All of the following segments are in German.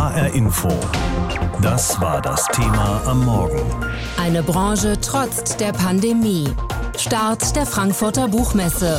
HR Info. Das war das Thema am Morgen. Eine Branche trotzt der Pandemie. Start der Frankfurter Buchmesse.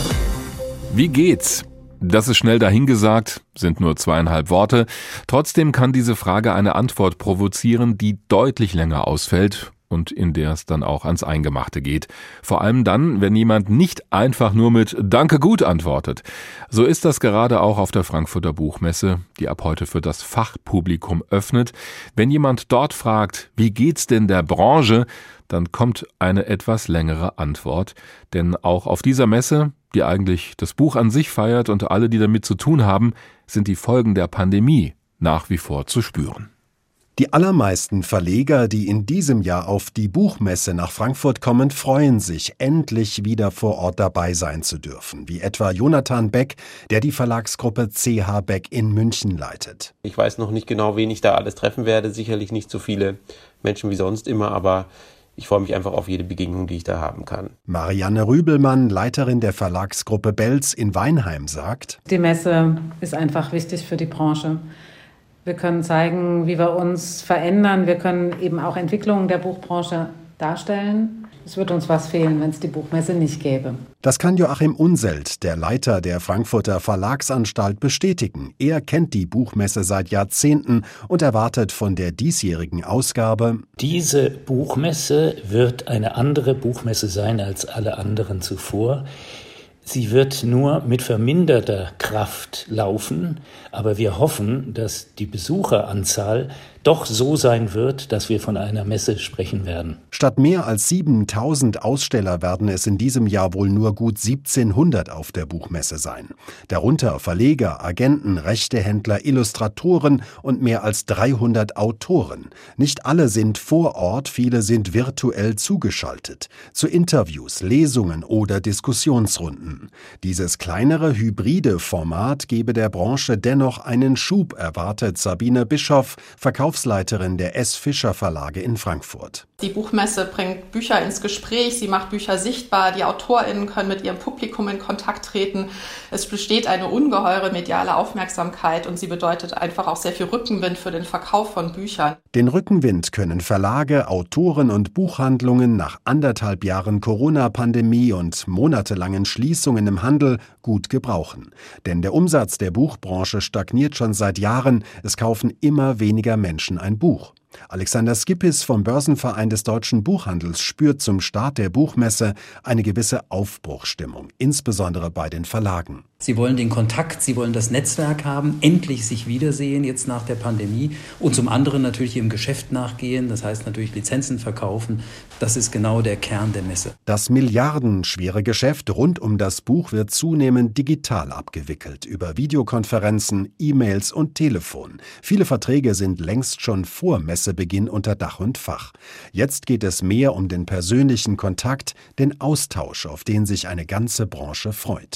Wie geht's? Das ist schnell dahingesagt, sind nur 2,5 Worte. Trotzdem kann diese Frage eine Antwort provozieren, die deutlich länger ausfällt und in der es dann auch ans Eingemachte geht. Vor allem dann, wenn jemand nicht einfach nur mit »Danke gut« antwortet. So ist das gerade auch auf der Frankfurter Buchmesse, die ab heute für das Fachpublikum öffnet. Wenn jemand dort fragt, wie geht's denn der Branche, dann kommt eine etwas längere Antwort. Denn auch auf dieser Messe, die eigentlich das Buch an sich feiert und alle, die damit zu tun haben, sind die Folgen der Pandemie nach wie vor zu spüren. Die allermeisten Verleger, die in diesem Jahr auf die Buchmesse nach Frankfurt kommen, freuen sich, endlich wieder vor Ort dabei sein zu dürfen, wie etwa Jonathan Beck, der die Verlagsgruppe CH Beck in München leitet. Ich weiß noch nicht genau, wen ich da alles treffen werde, sicherlich nicht so viele Menschen wie sonst immer, aber ich freue mich einfach auf jede Begegnung, die ich da haben kann. Marianne Rübelmann, Leiterin der Verlagsgruppe Belz in Weinheim, sagt: Die Messe ist einfach wichtig für die Branche. Wir können zeigen, wie wir uns verändern. Wir können eben auch Entwicklungen der Buchbranche darstellen. Es wird uns was fehlen, wenn es die Buchmesse nicht gäbe. Das kann Joachim Unselt, der Leiter der Frankfurter Verlagsanstalt, bestätigen. Er kennt die Buchmesse seit Jahrzehnten und erwartet von der diesjährigen Ausgabe: Diese Buchmesse wird eine andere Buchmesse sein als alle anderen zuvor. Sie wird nur mit verminderter Kraft laufen, aber wir hoffen, dass die Besucheranzahl doch so sein wird, dass wir von einer Messe sprechen werden. Statt mehr als 7.000 Aussteller werden es in diesem Jahr wohl nur gut 1.700 auf der Buchmesse sein. Darunter Verleger, Agenten, Rechtehändler, Illustratoren und mehr als 300 Autoren. Nicht alle sind vor Ort, viele sind virtuell zugeschaltet. Zu Interviews, Lesungen oder Diskussionsrunden. Dieses kleinere, hybride Format gebe der Branche dennoch einen Schub, erwartet Sabine Bischoff, Verkaufsleiterin der S. Fischer Verlage in Frankfurt. Die Buchmesse bringt Bücher ins Gespräch, sie macht Bücher sichtbar, die AutorInnen können mit ihrem Publikum in Kontakt treten. Es besteht eine ungeheure mediale Aufmerksamkeit und sie bedeutet einfach auch sehr viel Rückenwind für den Verkauf von Büchern. Den Rückenwind können Verlage, Autoren und Buchhandlungen nach 1,5 Jahren Corona-Pandemie und monatelangen Schließungen im Handel gut gebrauchen. Denn der Umsatz der Buchbranche stagniert schon seit Jahren, es kaufen immer weniger Menschen ein Buch. Alexander Skippis vom Börsenverein des Deutschen Buchhandels spürt zum Start der Buchmesse eine gewisse Aufbruchsstimmung, insbesondere bei den Verlagen. Sie wollen den Kontakt, sie wollen das Netzwerk haben, endlich sich wiedersehen jetzt nach der Pandemie und zum anderen natürlich ihrem Geschäft nachgehen, das heißt natürlich Lizenzen verkaufen. Das ist genau der Kern der Messe. Das milliardenschwere Geschäft rund um das Buch wird zunehmend digital abgewickelt, über Videokonferenzen, E-Mails und Telefon. Viele Verträge sind längst schon vor Messebeginn unter Dach und Fach. Jetzt geht es mehr um den persönlichen Kontakt, den Austausch, auf den sich eine ganze Branche freut.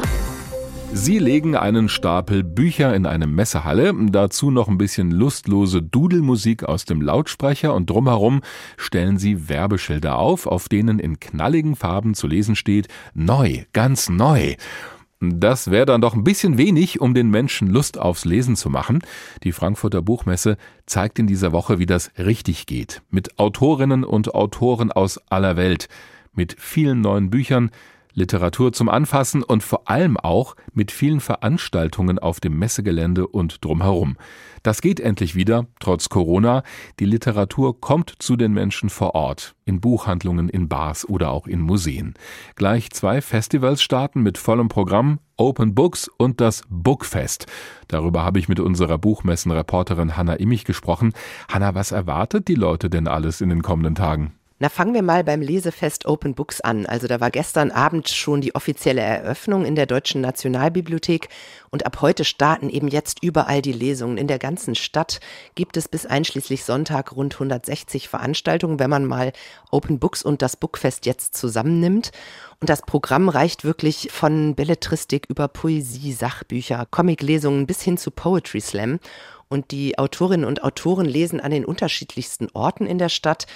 Sie legen einen Stapel Bücher in eine Messehalle, dazu noch ein bisschen lustlose Dudelmusik aus dem Lautsprecher und drumherum stellen Sie Werbeschilder auf denen in knalligen Farben zu lesen steht: Neu, ganz neu. Das wäre dann doch ein bisschen wenig, um den Menschen Lust aufs Lesen zu machen. Die Frankfurter Buchmesse zeigt in dieser Woche, wie das richtig geht. Mit Autorinnen und Autoren aus aller Welt, mit vielen neuen Büchern, Literatur zum Anfassen und vor allem auch mit vielen Veranstaltungen auf dem Messegelände und drumherum. Das geht endlich wieder, trotz Corona. Die Literatur kommt zu den Menschen vor Ort, in Buchhandlungen, in Bars oder auch in Museen. Gleich 2 Festivals starten mit vollem Programm: Open Books und das Bookfest. Darüber habe ich mit unserer Buchmessenreporterin Hanna Immich gesprochen. Hanna, was erwartet die Leute denn alles in den kommenden Tagen? Na, fangen wir mal beim Lesefest Open Books an. Also da war gestern Abend schon die offizielle Eröffnung in der Deutschen Nationalbibliothek und ab heute starten eben jetzt überall die Lesungen. In der ganzen Stadt gibt es bis einschließlich Sonntag rund 160 Veranstaltungen, wenn man mal Open Books und das Bookfest jetzt zusammennimmt. Und das Programm reicht wirklich von Belletristik über Poesie, Sachbücher, Comiclesungen bis hin zu Poetry Slam. Und die Autorinnen und Autoren lesen an den unterschiedlichsten Orten in der Stadt.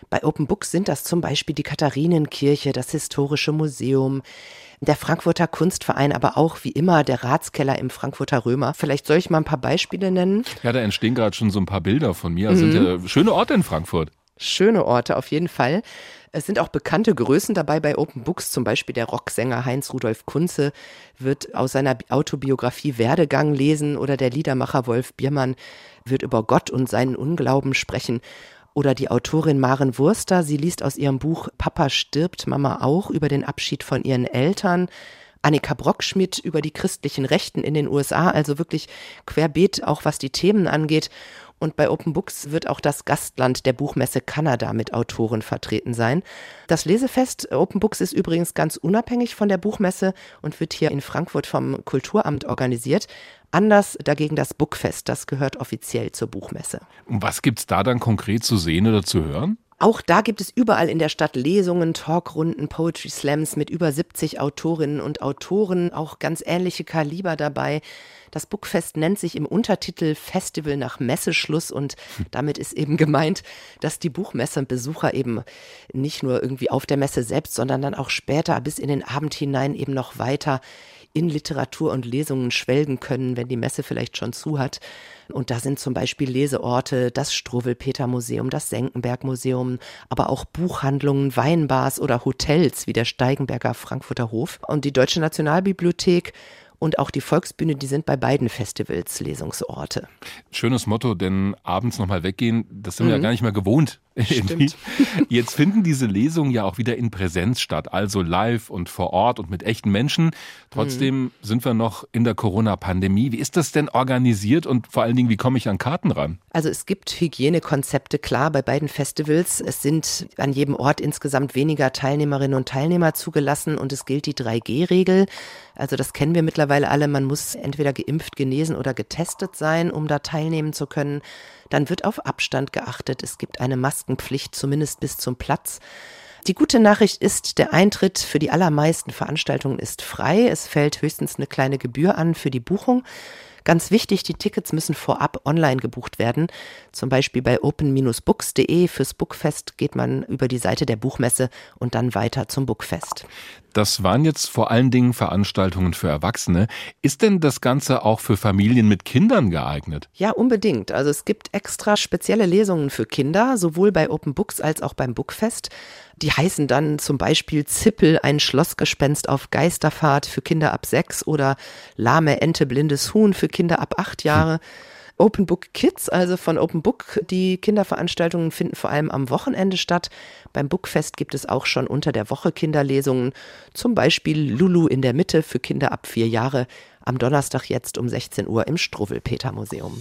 Bei Open Books sind das zum Beispiel die Katharinenkirche, das Historische Museum, der Frankfurter Kunstverein, aber auch wie immer der Ratskeller im Frankfurter Römer. Vielleicht soll ich mal ein paar Beispiele nennen. Ja, da entstehen gerade schon so ein paar Bilder von mir. Das sind ja schöne Orte in Frankfurt. Schöne Orte auf jeden Fall. Es sind auch bekannte Größen dabei bei Open Books, zum Beispiel der Rocksänger Heinz-Rudolf Kunze wird aus seiner Autobiografie Werdegang lesen oder der Liedermacher Wolf Biermann wird über Gott und seinen Unglauben sprechen. Oder die Autorin Maren Wurster, sie liest aus ihrem Buch Papa stirbt, Mama auch über den Abschied von ihren Eltern. Annika Brockschmidt über die christlichen Rechten in den USA, also wirklich querbeet, auch was die Themen angeht. Und bei Open Books wird auch das Gastland der Buchmesse Kanada mit Autoren vertreten sein. Das Lesefest Open Books ist übrigens ganz unabhängig von der Buchmesse und wird hier in Frankfurt vom Kulturamt organisiert. Anders dagegen das Bookfest, das gehört offiziell zur Buchmesse. Und was gibt's da dann konkret zu sehen oder zu hören? Auch da gibt es überall in der Stadt Lesungen, Talkrunden, Poetry Slams mit über 70 Autorinnen und Autoren, auch ganz ähnliche Kaliber dabei. Das Bookfest nennt sich im Untertitel Festival nach Messeschluss und damit ist eben gemeint, dass die Buchmessebesucher eben nicht nur irgendwie auf der Messe selbst, sondern dann auch später bis in den Abend hinein eben noch weiter in Literatur und Lesungen schwelgen können, wenn die Messe vielleicht schon zu hat. Und da sind zum Beispiel Leseorte, das Struwwelpeter-Museum, das Senckenberg-Museum, aber auch Buchhandlungen, Weinbars oder Hotels wie der Steigenberger Frankfurter Hof und die Deutsche Nationalbibliothek. Und auch die Volksbühne, die sind bei beiden Festivals Lesungsorte. Schönes Motto, denn abends nochmal weggehen, das sind wir ja gar nicht mehr gewohnt. Stimmt. Jetzt finden diese Lesungen ja auch wieder in Präsenz statt, also live und vor Ort und mit echten Menschen. Trotzdem sind wir noch in der Corona-Pandemie. Wie ist das denn organisiert und vor allen Dingen, wie komme ich an Karten ran? Also es gibt Hygienekonzepte, klar, bei beiden Festivals. Es sind an jedem Ort insgesamt weniger Teilnehmerinnen und Teilnehmer zugelassen und es gilt die 3G-Regel. Also das kennen wir mittlerweile alle. Man muss entweder geimpft, genesen oder getestet sein, um da teilnehmen zu können. Dann wird auf Abstand geachtet. Es gibt eine Maskenpflicht, zumindest bis zum Platz. Die gute Nachricht ist, der Eintritt für die allermeisten Veranstaltungen ist frei. Es fällt höchstens eine kleine Gebühr an für die Buchung. Ganz wichtig, die Tickets müssen vorab online gebucht werden. Zum Beispiel bei open-books.de. Fürs Bookfest geht man über die Seite der Buchmesse und dann weiter zum Bookfest. Das waren jetzt vor allen Dingen Veranstaltungen für Erwachsene. Ist denn das Ganze auch für Familien mit Kindern geeignet? Ja, unbedingt. Also es gibt extra spezielle Lesungen für Kinder, sowohl bei Open Books als auch beim Bookfest. Die heißen dann zum Beispiel Zippel, ein Schlossgespenst auf Geisterfahrt für Kinder ab 6 oder Lahme Ente, blindes Huhn für Kinder ab 8 Jahre. Open Book Kids, also von Open Book, die Kinderveranstaltungen finden vor allem am Wochenende statt. Beim Bookfest gibt es auch schon unter der Woche Kinderlesungen, zum Beispiel Lulu in der Mitte für Kinder ab 4 Jahre, am Donnerstag jetzt um 16 Uhr im Struwwelpeter-Museum.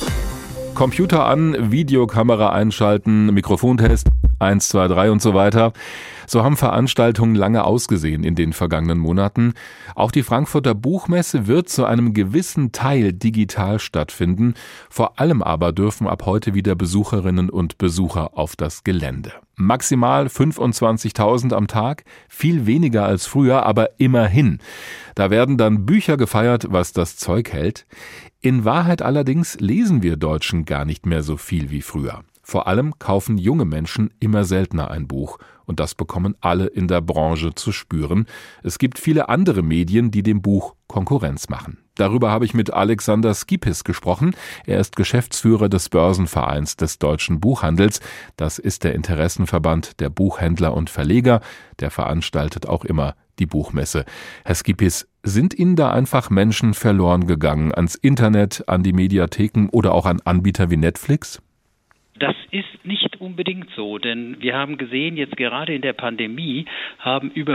Computer an, Videokamera einschalten, Mikrofontest, 1, 2, 3 und so weiter. So haben Veranstaltungen lange ausgesehen in den vergangenen Monaten. Auch die Frankfurter Buchmesse wird zu einem gewissen Teil digital stattfinden. Vor allem aber dürfen ab heute wieder Besucherinnen und Besucher auf das Gelände. Maximal 25.000 am Tag, viel weniger als früher, aber immerhin. Da werden dann Bücher gefeiert, was das Zeug hält. In Wahrheit allerdings lesen wir Deutschen gar nicht mehr so viel wie früher. Vor allem kaufen junge Menschen immer seltener ein Buch. Und das bekommen alle in der Branche zu spüren. Es gibt viele andere Medien, die dem Buch Konkurrenz machen. Darüber habe ich mit Alexander Skipis gesprochen. Er ist Geschäftsführer des Börsenvereins des Deutschen Buchhandels. Das ist der Interessenverband der Buchhändler und Verleger. Der veranstaltet auch immer die Buchmesse. Herr Skipis, sind Ihnen da einfach Menschen verloren gegangen ans Internet, an die Mediatheken oder auch an Anbieter wie Netflix? Das ist nicht unbedingt so, denn wir haben gesehen, jetzt gerade in der Pandemie haben über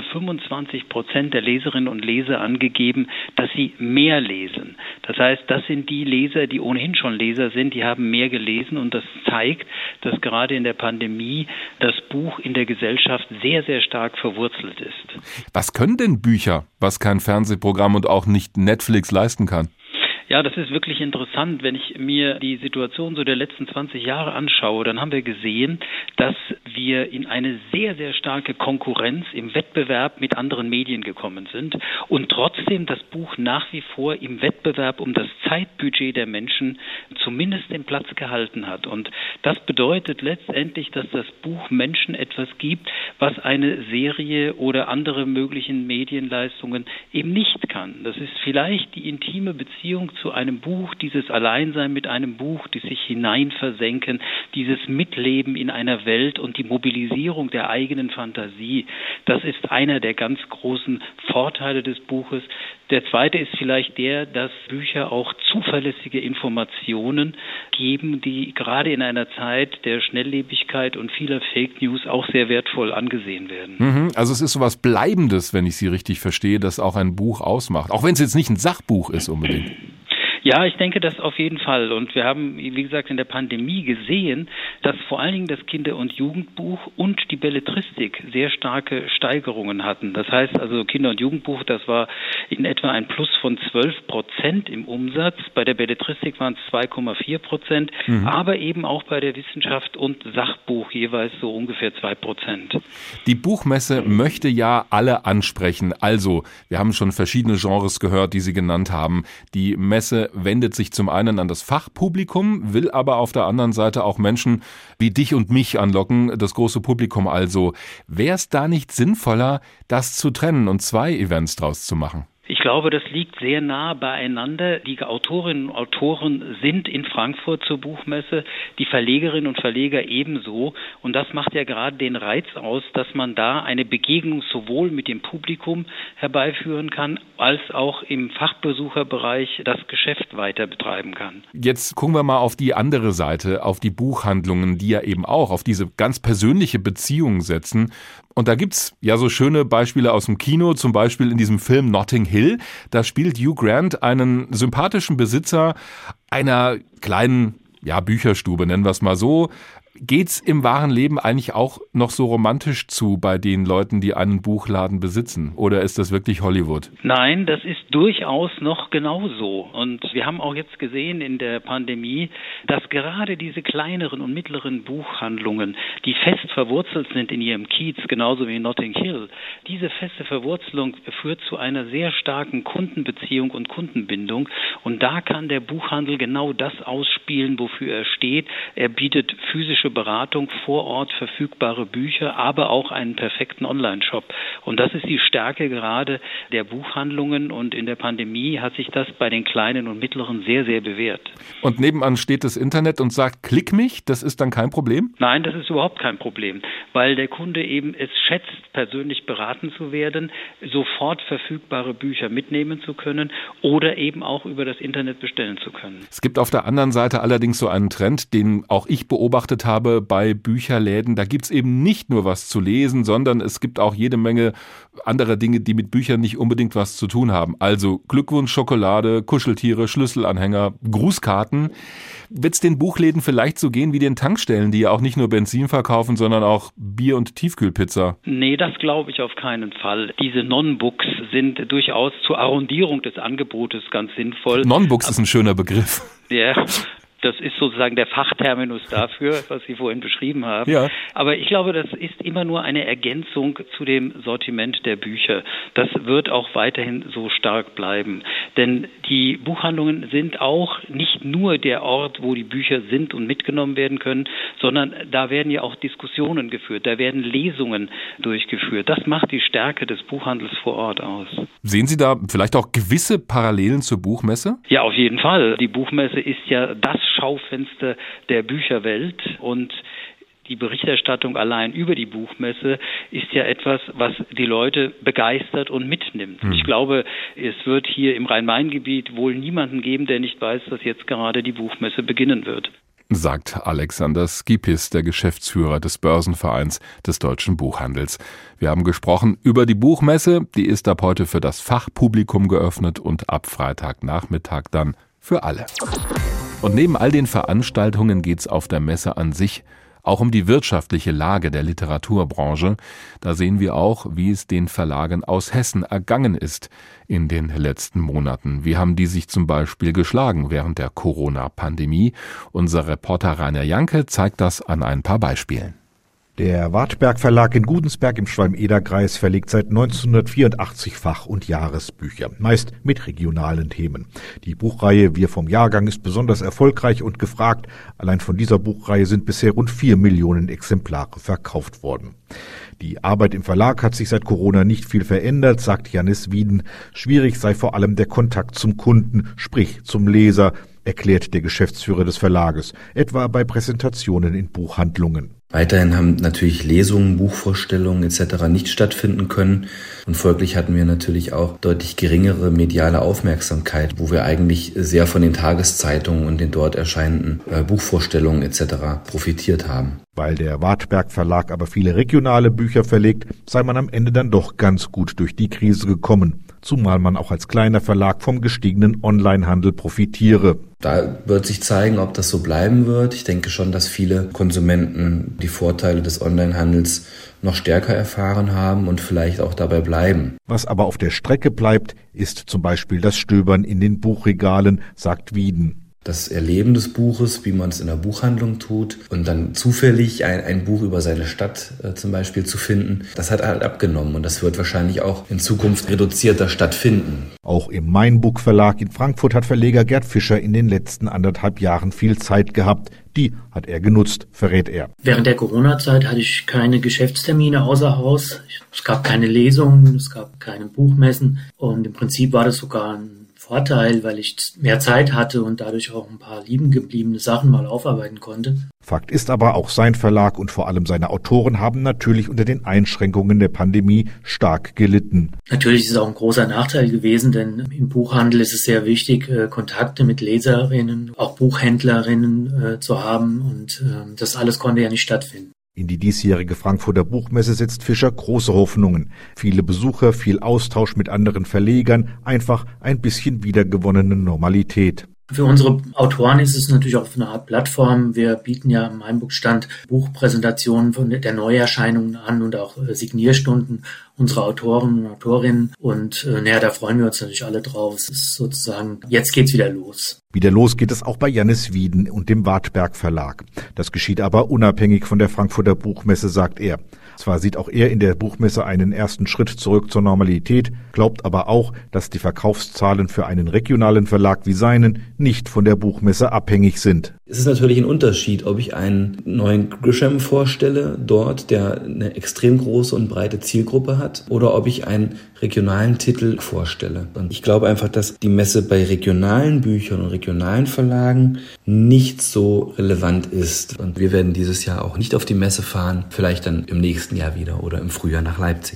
25% der Leserinnen und Leser angegeben, dass sie mehr lesen. Das heißt, das sind die Leser, die ohnehin schon Leser sind, die haben mehr gelesen und das zeigt, dass gerade in der Pandemie das Buch in der Gesellschaft sehr, sehr stark verwurzelt ist. Was können denn Bücher, was kein Fernsehprogramm und auch nicht Netflix leisten kann? Ja, das ist wirklich interessant. Wenn ich mir die Situation so der letzten 20 Jahre anschaue, dann haben wir gesehen, dass wir in eine sehr, sehr starke Konkurrenz im Wettbewerb mit anderen Medien gekommen sind und trotzdem das Buch nach wie vor im Wettbewerb um das Zeitbudget der Menschen zumindest den Platz gehalten hat. Und das bedeutet letztendlich, dass das Buch Menschen etwas gibt, was eine Serie oder andere möglichen Medienleistungen eben nicht kann. Das ist vielleicht die intime Beziehung zu einem Buch, dieses Alleinsein mit einem Buch, die sich hineinversenken, dieses Mitleben in einer Welt und die Mobilisierung der eigenen Fantasie. Das ist einer der ganz großen Vorteile des Buches. Der zweite ist vielleicht der, dass Bücher auch zuverlässige Informationen geben, die gerade in einer Zeit der Schnelllebigkeit und vieler Fake News auch sehr wertvoll angesehen werden. Also es ist so was Bleibendes, wenn ich Sie richtig verstehe, das auch ein Buch ausmacht. Auch wenn es jetzt nicht ein Sachbuch ist unbedingt. Ja, ich denke das auf jeden Fall. Und wir haben, wie gesagt, in der Pandemie gesehen, dass vor allen Dingen das Kinder- und Jugendbuch und die Belletristik sehr starke Steigerungen hatten. Das heißt also Kinder- und Jugendbuch, das war in etwa ein Plus von 12% im Umsatz. Bei der Belletristik waren es 2,4%, aber eben auch bei der Wissenschaft und Sachbuch jeweils so ungefähr 2%. Die Buchmesse möchte ja alle ansprechen. Also, wir haben schon verschiedene Genres gehört, die Sie genannt haben. Die Messe wendet sich zum einen an das Fachpublikum, will aber auf der anderen Seite auch Menschen wie dich und mich anlocken, das große Publikum also. Wäre es da nicht sinnvoller, das zu trennen und 2 Events draus zu machen? Ich glaube, das liegt sehr nah beieinander. Die Autorinnen und Autoren sind in Frankfurt zur Buchmesse, die Verlegerinnen und Verleger ebenso. Und das macht ja gerade den Reiz aus, dass man da eine Begegnung sowohl mit dem Publikum herbeiführen kann, als auch im Fachbesucherbereich das Geschäft weiter betreiben kann. Jetzt gucken wir mal auf die andere Seite, auf die Buchhandlungen, die ja eben auch auf diese ganz persönliche Beziehung setzen. Und da gibt's ja so schöne Beispiele aus dem Kino, zum Beispiel in diesem Film Notting Hill. Da spielt Hugh Grant einen sympathischen Besitzer einer kleinen, Bücherstube, nennen wir es mal so. Geht's im wahren Leben eigentlich auch noch so romantisch zu bei den Leuten, die einen Buchladen besitzen? Oder ist das wirklich Hollywood? Nein, das ist durchaus noch genauso. Und wir haben auch jetzt gesehen in der Pandemie, dass gerade diese kleineren und mittleren Buchhandlungen, die fest verwurzelt sind in ihrem Kiez, genauso wie in Notting Hill, diese feste Verwurzelung führt zu einer sehr starken Kundenbeziehung und Kundenbindung. Und da kann der Buchhandel genau das ausspielen, wofür er steht. Er bietet physische Beratung vor Ort, verfügbare Bücher, aber auch einen perfekten Online-Shop. Und das ist die Stärke gerade der Buchhandlungen. Und in der Pandemie hat sich das bei den kleinen und mittleren sehr, sehr bewährt. Und nebenan steht das Internet und sagt, klick mich, das ist dann kein Problem? Nein, das ist überhaupt kein Problem, weil der Kunde eben es schätzt, persönlich beraten zu werden, sofort verfügbare Bücher mitnehmen zu können oder eben auch über das Internet bestellen zu können. Es gibt auf der anderen Seite allerdings so einen Trend, den auch ich beobachtet habe bei Bücherläden. Da gibt's eben nicht nur was zu lesen, sondern es gibt auch jede Menge andere Dinge, die mit Büchern nicht unbedingt was zu tun haben. Also Glückwunsch, Schokolade, Kuscheltiere, Schlüsselanhänger, Grußkarten. Wird's den Buchläden vielleicht so gehen wie den Tankstellen, die ja auch nicht nur Benzin verkaufen, sondern auch Bier und Tiefkühlpizza? Nee, das glaube ich auf keinen Fall. Diese Non-Books sind durchaus zur Arrondierung des Angebotes ganz sinnvoll. Non-Books ist ein schöner Begriff. Ja. Das ist sozusagen der Fachterminus dafür, was Sie vorhin beschrieben haben. Ja. Aber ich glaube, das ist immer nur eine Ergänzung zu dem Sortiment der Bücher. Das wird auch weiterhin so stark bleiben. Denn die Buchhandlungen sind auch nicht nur der Ort, wo die Bücher sind und mitgenommen werden können, sondern da werden ja auch Diskussionen geführt, da werden Lesungen durchgeführt. Das macht die Stärke des Buchhandels vor Ort aus. Sehen Sie da vielleicht auch gewisse Parallelen zur Buchmesse? Ja, auf jeden Fall. Die Buchmesse ist ja das Schaufenster der Bücherwelt und die Berichterstattung allein über die Buchmesse ist ja etwas, was die Leute begeistert und mitnimmt. Ich glaube, es wird hier im Rhein-Main-Gebiet wohl niemanden geben, der nicht weiß, dass jetzt gerade die Buchmesse beginnen wird. Sagt Alexander Skipis, der Geschäftsführer des Börsenvereins des Deutschen Buchhandels. Wir haben gesprochen über die Buchmesse, die ist ab heute für das Fachpublikum geöffnet und ab Freitagnachmittag dann für alle. Und neben all den Veranstaltungen geht's auf der Messe an sich Auch um die wirtschaftliche Lage der Literaturbranche. Da sehen wir auch, wie es den Verlagen aus Hessen ergangen ist in den letzten Monaten. Wie haben die sich zum Beispiel geschlagen während der Corona-Pandemie? Unser Reporter Rainer Janke zeigt das an ein paar Beispielen. Der Wartberg Verlag in Gudensberg im Schwalm-Eder-Kreis verlegt seit 1984 Fach- und Jahresbücher, meist mit regionalen Themen. Die Buchreihe Wir vom Jahrgang ist besonders erfolgreich und gefragt. Allein von dieser Buchreihe sind bisher rund 4 Millionen Exemplare verkauft worden. Die Arbeit im Verlag hat sich seit Corona nicht viel verändert, sagt Jannis Wieden. Schwierig sei vor allem der Kontakt zum Kunden, sprich zum Leser, erklärt der Geschäftsführer des Verlages, etwa bei Präsentationen in Buchhandlungen. Weiterhin haben natürlich Lesungen, Buchvorstellungen etc. nicht stattfinden können und folglich hatten wir natürlich auch deutlich geringere mediale Aufmerksamkeit, wo wir eigentlich sehr von den Tageszeitungen und den dort erscheinenden Buchvorstellungen etc. profitiert haben. Weil der Wartberg Verlag aber viele regionale Bücher verlegt, sei man am Ende dann doch ganz gut durch die Krise gekommen, zumal man auch als kleiner Verlag vom gestiegenen Onlinehandel profitiere. Da wird sich zeigen, ob das so bleiben wird. Ich denke schon, dass viele Konsumenten die Vorteile des Onlinehandels noch stärker erfahren haben und vielleicht auch dabei bleiben. Was aber auf der Strecke bleibt, ist zum Beispiel das Stöbern in den Buchregalen, sagt Wieden. Das Erleben des Buches, wie man es in der Buchhandlung tut und dann zufällig ein Buch über seine Stadt zum Beispiel zu finden, das hat halt abgenommen und das wird wahrscheinlich auch in Zukunft reduzierter stattfinden. Auch im Mainbuch Verlag in Frankfurt hat Verleger Gerd Fischer in den letzten 1,5 Jahren viel Zeit gehabt. Die hat er genutzt, verrät er. Während der Corona-Zeit hatte ich keine Geschäftstermine außer Haus. Es gab keine Lesungen, es gab keine Buchmessen und im Prinzip war das sogar ein Vorteil, weil ich mehr Zeit hatte und dadurch auch ein paar liegen gebliebene Sachen mal aufarbeiten konnte. Fakt ist aber, auch sein Verlag und vor allem seine Autoren haben natürlich unter den Einschränkungen der Pandemie stark gelitten. Natürlich ist es auch ein großer Nachteil gewesen, denn im Buchhandel ist es sehr wichtig, Kontakte mit Leserinnen, auch Buchhändlerinnen zu haben und das alles konnte ja nicht stattfinden. In die diesjährige Frankfurter Buchmesse setzt Fischer große Hoffnungen. Viele Besucher, viel Austausch mit anderen Verlegern, einfach ein bisschen wiedergewonnene Normalität. Für unsere Autoren ist es natürlich auch eine Art Plattform. Wir bieten ja am Mainbuchstand Buchpräsentationen von der Neuerscheinungen an und auch Signierstunden unserer Autoren und Autorinnen. Und da freuen wir uns natürlich alle drauf. Es ist sozusagen, jetzt geht's wieder los. Wieder los geht es auch bei Jannis Wieden und dem Wartberg Verlag. Das geschieht aber unabhängig von der Frankfurter Buchmesse, sagt er. Zwar sieht auch er in der Buchmesse einen ersten Schritt zurück zur Normalität, glaubt aber auch, dass die Verkaufszahlen für einen regionalen Verlag wie seinen nicht von der Buchmesse abhängig sind. Es ist natürlich ein Unterschied, ob ich einen neuen Grisham vorstelle, dort, der eine extrem große und breite Zielgruppe hat, oder ob ich einen regionalen Titel vorstelle. Und ich glaube einfach, dass die Messe bei regionalen Büchern und regionalen Verlagen nicht so relevant ist. Und wir werden dieses Jahr auch nicht auf die Messe fahren, vielleicht dann im nächsten Jahr wieder oder im Frühjahr nach Leipzig.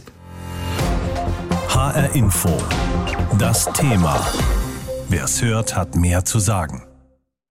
HR Info. Das Thema. Wer es hört, hat mehr zu sagen.